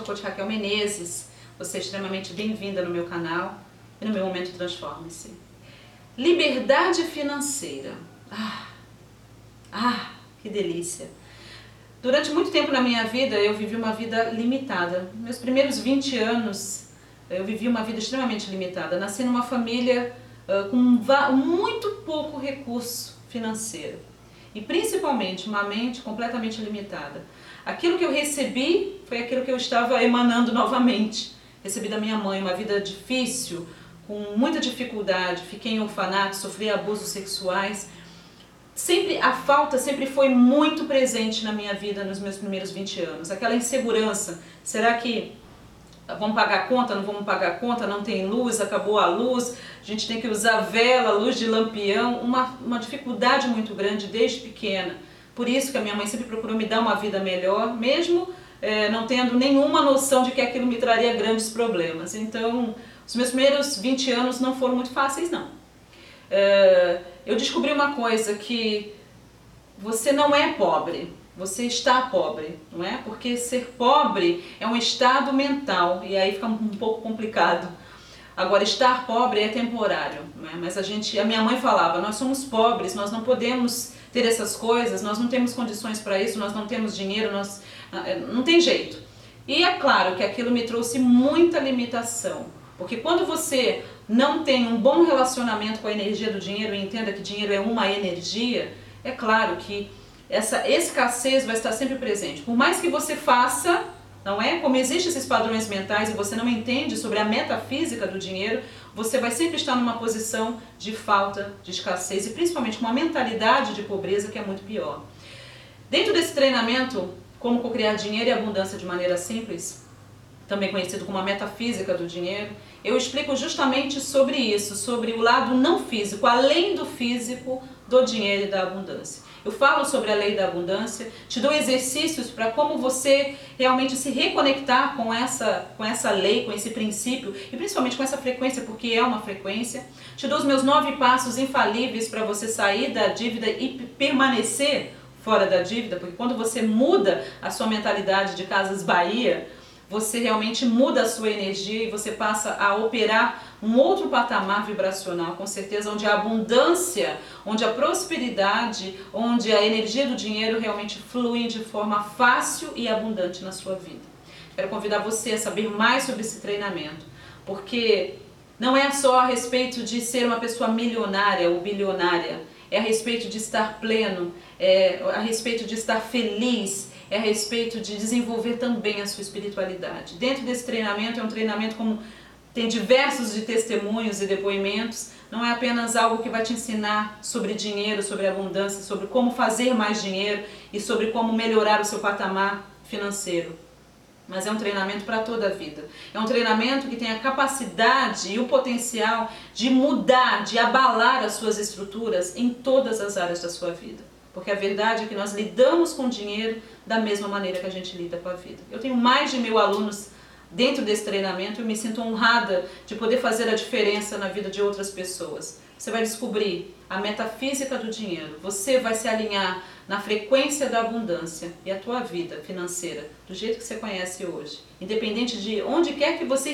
coach Raquel Menezes. Você é extremamente bem-vinda no meu canal e no meu Momento Transforme-se. Liberdade financeira. Que delícia! Durante muito tempo na minha vida eu vivi uma vida limitada. Meus primeiros 20 anos eu vivi uma vida extremamente limitada. Nasci numa família com muito pouco recurso financeiro e principalmente uma mente completamente limitada. Aquilo que eu recebi foi aquilo que eu estava emanando novamente. Recebi da minha mãe uma vida difícil, com muita dificuldade, fiquei em orfanato, sofri abusos sexuais. A falta sempre foi muito presente na minha vida nos meus primeiros 20 anos. Aquela insegurança, será que vamos pagar a conta, não vamos pagar a conta, não tem luz, acabou a luz, a gente tem que usar vela, luz de lampião, uma dificuldade muito grande desde pequena. Por isso que a minha mãe sempre procurou me dar uma vida melhor, mesmo não tendo nenhuma noção de que aquilo me traria grandes problemas. Então, os meus primeiros 20 anos não foram muito fáceis, não. Eu descobri uma coisa, que você não é pobre, você está pobre, não é? Porque ser pobre é um estado mental e aí fica um pouco complicado. Agora, estar pobre é temporário, não é? Mas a minha mãe falava, nós somos pobres, nós não podemos ter essas coisas, nós não temos condições para isso, nós não temos dinheiro, não tem jeito. E é claro que aquilo me trouxe muita limitação, porque quando você não tem um bom relacionamento com a energia do dinheiro e entenda que dinheiro é uma energia, é claro que essa escassez vai estar sempre presente. Por mais que você faça, não é? Como existem esses padrões mentais e você não entende sobre a metafísica do dinheiro, você vai sempre estar numa posição de falta, de escassez e principalmente com uma mentalidade de pobreza que é muito pior. Dentro desse treinamento, como co-criar dinheiro e abundância de maneira simples, também conhecido como a metafísica do dinheiro, eu explico justamente sobre isso, sobre o lado não físico, além do físico, do dinheiro e da abundância. Eu falo sobre a lei da abundância, te dou exercícios para como você realmente se reconectar com essa lei, com esse princípio e principalmente com essa frequência, porque é uma frequência. Te dou os meus 9 passos infalíveis para você sair da dívida e permanecer fora da dívida, porque quando você muda a sua mentalidade de Casas Bahia, você realmente muda a sua energia e você passa a operar um outro patamar vibracional, com certeza, onde a abundância, onde a prosperidade, onde a energia do dinheiro realmente flui de forma fácil e abundante na sua vida. Quero convidar você a saber mais sobre esse treinamento, porque não é só a respeito de ser uma pessoa milionária ou bilionária, é a respeito de estar pleno, é a respeito de estar feliz, é a respeito de desenvolver também a sua espiritualidade. Dentro desse treinamento, é um treinamento como tem diversos de testemunhos e depoimentos, não é apenas algo que vai te ensinar sobre dinheiro, sobre abundância, sobre como fazer mais dinheiro e sobre como melhorar o seu patamar financeiro. Mas é um treinamento para toda a vida. É um treinamento que tem a capacidade e o potencial de mudar, de abalar as suas estruturas em todas as áreas da sua vida. Porque a verdade é que nós lidamos com o dinheiro da mesma maneira que a gente lida com a vida. Eu tenho mais de 1000 alunos dentro desse treinamento e eu me sinto honrada de poder fazer a diferença na vida de outras pessoas. Você vai descobrir a metafísica do dinheiro, você vai se alinhar na frequência da abundância e a tua vida financeira, do jeito que você conhece hoje. Independente de onde quer que você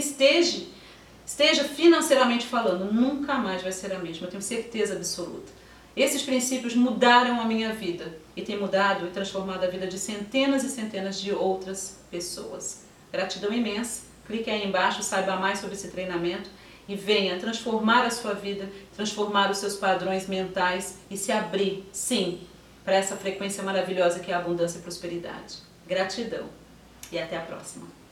esteja financeiramente falando, nunca mais vai ser a mesma, eu tenho certeza absoluta. Esses princípios mudaram a minha vida e têm mudado e transformado a vida de centenas e centenas de outras pessoas. Gratidão imensa, clique aí embaixo, saiba mais sobre esse treinamento e venha transformar a sua vida, transformar os seus padrões mentais e se abrir, sim, para essa frequência maravilhosa que é a abundância e prosperidade. Gratidão e até a próxima.